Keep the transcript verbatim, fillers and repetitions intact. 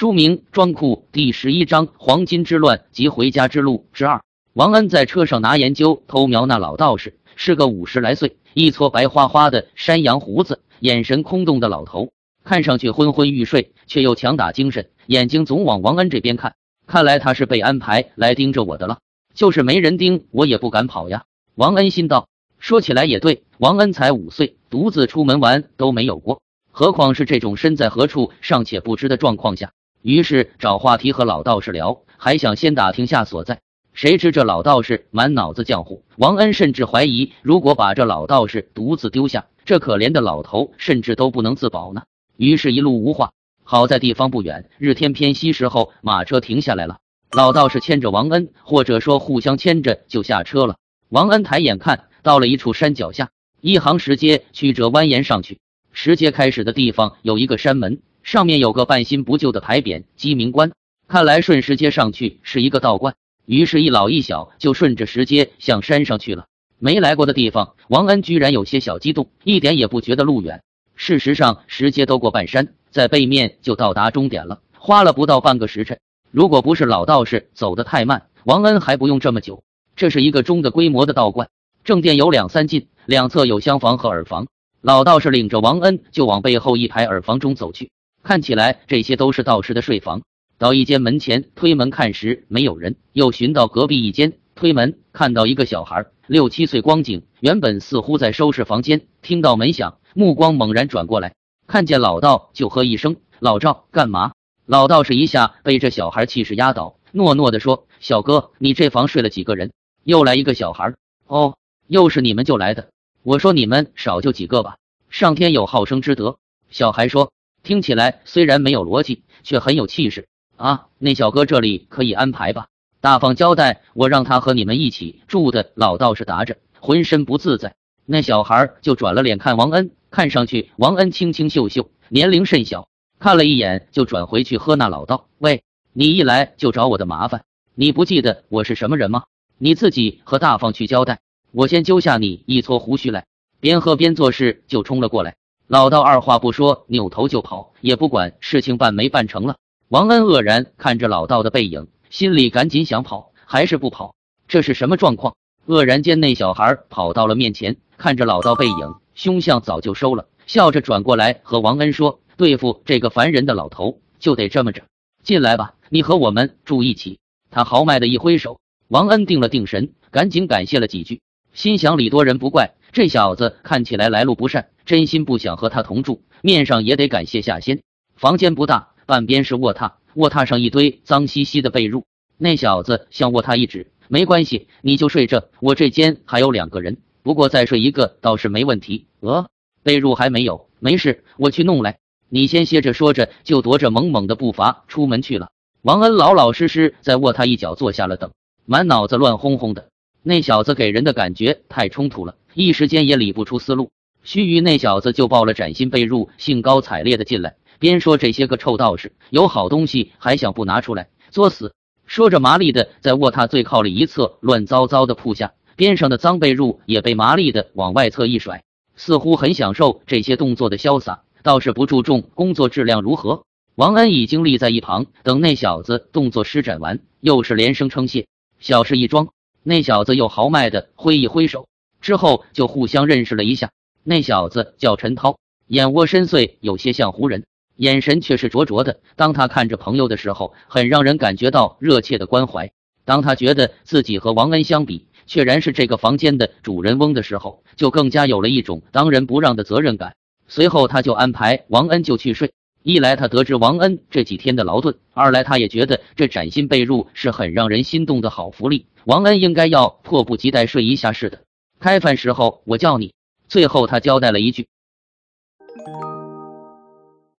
书名《装库》第十一章黄金之乱及回家之路之二。王恩在车上拿研究偷瞄那老道士，是个五十来岁，一撮白花花的山羊胡子，眼神空洞的老头，看上去昏昏欲睡，却又强打精神，眼睛总往王恩这边看。看来他是被安排来盯着我的了，就是没人盯，我也不敢跑呀。王恩心道。说起来也对，王恩才五岁，独自出门玩都没有过，何况是这种身在何处尚且不知的状况下。于是找话题和老道士聊，还想先打听下所在。谁知这老道士满脑子浆糊，王恩甚至怀疑，如果把这老道士独自丢下，这可怜的老头甚至都不能自保呢。于是一路无话。好在地方不远，日天偏西时候，马车停下来了。老道士牵着王恩，或者说互相牵着就下车了。王恩抬眼看，到了一处山脚下，一行石阶曲折蜿蜒上去。石阶开始的地方有一个山门，上面有个半新不旧的牌匾“鸡鸣关”，看来顺石阶上去是一个道观。于是，一老一小就顺着石阶向山上去了。没来过的地方，王恩居然有些小激动，一点也不觉得路远。事实上，石阶都过半山，在背面就到达终点了，花了不到半个时辰。如果不是老道士走得太慢，王恩还不用这么久。这是一个中的规模的道观，正殿有两三进，两侧有厢房和耳房。老道士领着王恩就往背后一排耳房中走去，看起来这些都是道士的睡房。到一间门前推门看时没有人，又寻到隔壁一间，推门看到一个小孩，六七岁光景，原本似乎在收拾房间，听到门响，目光猛然转过来，看见老道就喝一声：“老赵，干嘛？”老道士一下被这小孩气势压倒，诺诺地说：“小哥，你这房睡了几个人？”又来一个小孩。哦，又是你们就来的。我说你们少就几个吧，上天有好生之德。小孩说，听起来虽然没有逻辑，却很有气势啊。那小哥这里可以安排吧？大方交代，我让他和你们一起住的。老道士答着，浑身不自在。那小孩就转了脸看王恩，看上去王恩清清秀秀，年龄甚小，看了一眼就转回去喝那老道。喂，你一来就找我的麻烦，你不记得我是什么人吗？你自己和大方去交代。我先揪下你一撮胡须来。边喝边做事就冲了过来。老道二话不说，扭头就跑，也不管事情办没办成了。王恩愕然看着老道的背影，心里赶紧想跑，还是不跑？这是什么状况？愕然间，那小孩跑到了面前，看着老道背影，凶相早就收了，笑着转过来和王恩说：“对付这个烦人的老头，就得这么着。进来吧，你和我们住一起。”他豪迈的一挥手。王恩定了定神，赶紧感谢了几句，心想礼多人不怪，这小子看起来来路不善，真心不想和他同住，面上也得感谢下先。房间不大，半边是卧榻，卧榻上一堆脏兮兮的被褥。那小子向卧榻一指：“没关系，你就睡这，我这间还有两个人，不过再睡一个倒是没问题。”呃，被褥还没有，没事，我去弄来。你先歇着。说着就踱着猛猛的步伐出门去了。王恩老老实实在卧榻一角坐下了等，满脑子乱哄哄的。那小子给人的感觉太冲突了，一时间也理不出思路。须臾，那小子就抱了崭新被褥，兴高采烈的进来，边说：“这些个臭道士有好东西还想不拿出来，作死！”说着麻利的在卧榻最靠里一侧乱糟糟的铺下，边上的脏被褥也被麻利的往外侧一甩，似乎很享受这些动作的潇洒，倒是不注重工作质量如何。王恩已经立在一旁，等那小子动作施展完，又是连声称谢。小事一桩，那小子又豪迈的挥一挥手，之后就互相认识了一下。那小子叫陈涛，眼窝深邃，有些像胡人，眼神却是灼灼的。当他看着朋友的时候，很让人感觉到热切的关怀；当他觉得自己和王恩相比，却然是这个房间的主人翁的时候，就更加有了一种当仁不让的责任感。随后他就安排王恩就去睡。一来他得知王恩这几天的劳顿，二来他也觉得这崭新被褥是很让人心动的好福利，王恩应该要迫不及待睡一下似的。开饭时候我叫你。最后他交代了一句。